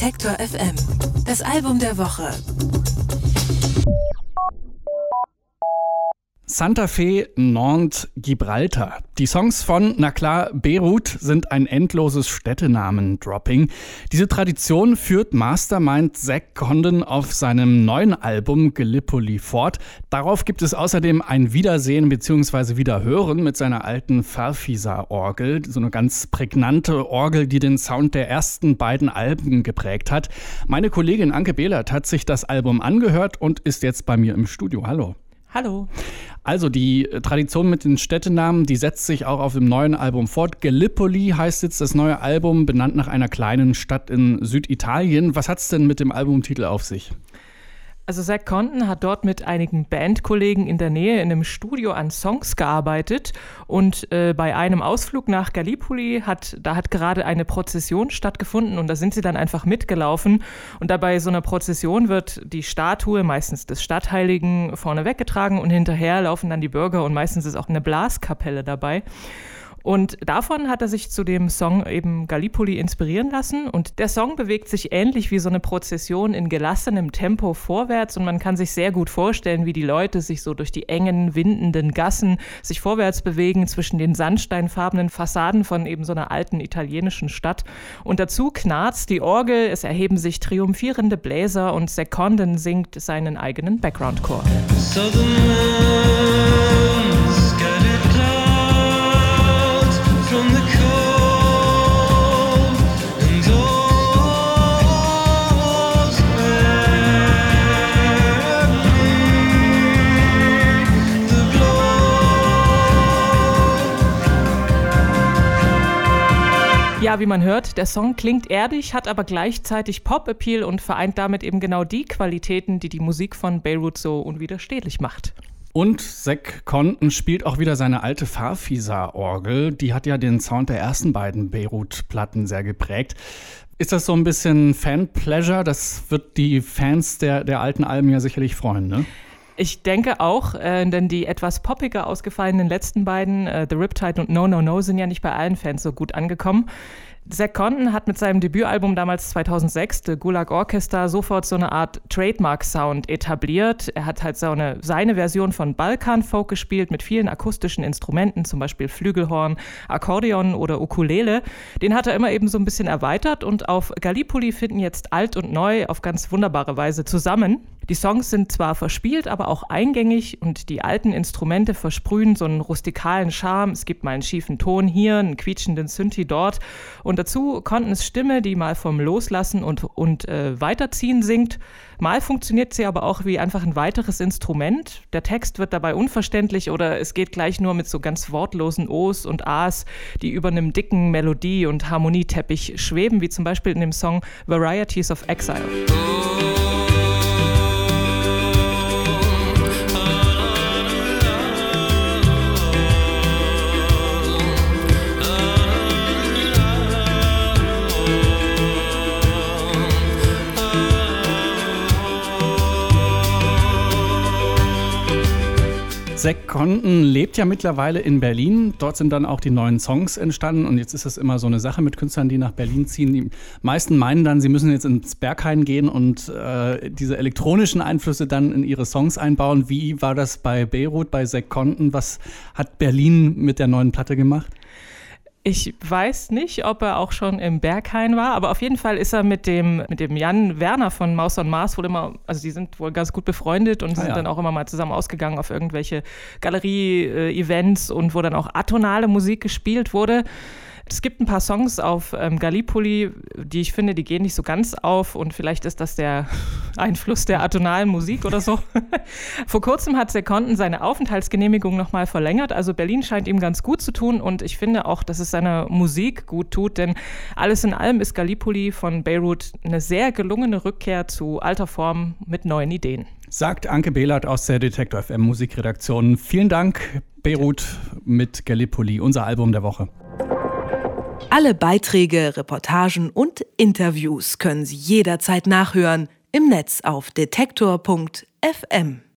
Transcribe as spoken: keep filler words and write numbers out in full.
Detektor F M. Das Album der Woche. Santa Fe, Nantes, Gibraltar. Die Songs von, na klar, Beirut sind ein endloses Städtenamen-Dropping. Diese Tradition führt Mastermind Zack Condon auf seinem neuen Album Gallipoli fort. Darauf gibt es außerdem ein Wiedersehen bzw. Wiederhören mit seiner alten Farfisa-Orgel. So eine ganz prägnante Orgel, die den Sound der ersten beiden Alben geprägt hat. Meine Kollegin Anke Behlert hat sich das Album angehört und ist jetzt bei mir im Studio. Hallo. Hallo. Also die Tradition mit den Städtenamen, die setzt sich auch auf dem neuen Album fort. Gallipoli heißt jetzt das neue Album, benannt nach einer kleinen Stadt in Süditalien. Was hat es denn mit dem Albumtitel auf sich? Also Zack Condon hat dort mit einigen Bandkollegen in der Nähe in einem Studio an Songs gearbeitet und äh, bei einem Ausflug nach Gallipoli hat, da hat gerade eine Prozession stattgefunden und da sind sie dann einfach mitgelaufen und dabei so einer Prozession wird die Statue, meistens des Stadtheiligen, vorne weggetragen und hinterher laufen dann die Bürger und meistens ist auch eine Blaskapelle dabei. Und davon hat er sich zu dem Song eben Gallipoli inspirieren lassen. Und der Song bewegt sich ähnlich wie so eine Prozession in gelassenem Tempo vorwärts. Und man kann sich sehr gut vorstellen, wie die Leute sich so durch die engen, windenden Gassen sich vorwärts bewegen zwischen den sandsteinfarbenen Fassaden von eben so einer alten italienischen Stadt. Und dazu knarzt die Orgel, es erheben sich triumphierende Bläser und Zack Condon singt seinen eigenen Background-Chor. So the moon's got it from the cold and all's spare me the glow. Ja, wie man hört, der Song klingt erdig, hat aber gleichzeitig Pop-Appeal und vereint damit eben genau die Qualitäten, die die Musik von Beirut so unwiderstehlich macht. Und Zack Condon spielt auch wieder seine alte Farfisa-Orgel. Die hat ja den Sound der ersten beiden Beirut-Platten sehr geprägt. Ist das so ein bisschen Fan-Pleasure? Das wird die Fans der, der alten Alben ja sicherlich freuen, ne? Ich denke auch, äh, denn die etwas poppiger ausgefallenen letzten beiden, äh, The Riptide und No No No, sind ja nicht bei allen Fans so gut angekommen. Zack Condon hat mit seinem Debütalbum damals zweitausendsechs, The Gulag Orchestra, sofort so eine Art Trademark-Sound etabliert. Er hat halt so eine, seine Version von Balkan-Folk gespielt mit vielen akustischen Instrumenten, zum Beispiel Flügelhorn, Akkordeon oder Ukulele. Den hat er immer eben so ein bisschen erweitert und auf Gallipoli finden jetzt alt und neu auf ganz wunderbare Weise zusammen. Die Songs sind zwar verspielt, aber auch eingängig und die alten Instrumente versprühen so einen rustikalen Charme. Es gibt mal einen schiefen Ton hier, einen quietschenden Synthi dort und dazu Condons Stimme, die mal vom Loslassen und, und äh, Weiterziehen singt. Mal funktioniert sie aber auch wie einfach ein weiteres Instrument. Der Text wird dabei unverständlich oder es geht gleich nur mit so ganz wortlosen O's und A's, die über einem dicken Melodie- und Harmonieteppich schweben, wie zum Beispiel in dem Song Varieties of Exile. Zack Condon lebt ja mittlerweile in Berlin. Dort sind dann auch die neuen Songs entstanden. Und jetzt ist das immer so eine Sache mit Künstlern, die nach Berlin ziehen. Die meisten meinen dann, sie müssen jetzt ins Berghain gehen und äh, diese elektronischen Einflüsse dann in ihre Songs einbauen. Wie war das bei Beirut, bei Zack Condon? Was hat Berlin mit der neuen Platte gemacht? Ich weiß nicht, ob er auch schon im Berghain war, aber auf jeden Fall ist er mit dem, mit dem Jan Werner von Maus on Mars wohl immer, also die sind wohl ganz gut befreundet und ah, sind ja. dann auch immer mal zusammen ausgegangen auf irgendwelche Galerie-Events und wo dann auch atonale Musik gespielt wurde. Es gibt ein paar Songs auf ähm, Gallipoli, die ich finde, die gehen nicht so ganz auf und vielleicht ist das der Einfluss der atonalen Musik oder so. Vor kurzem hat Zack Condon seine Aufenthaltsgenehmigung nochmal verlängert, also Berlin scheint ihm ganz gut zu tun und ich finde auch, dass es seiner Musik gut tut, denn alles in allem ist Gallipoli von Beirut eine sehr gelungene Rückkehr zu alter Form mit neuen Ideen. Sagt Anke Behlert aus der Detektor F M Musikredaktion. Vielen Dank, Beirut mit Gallipoli, unser Album der Woche. Alle Beiträge, Reportagen und Interviews können Sie jederzeit nachhören im Netz auf detektor punkt f m.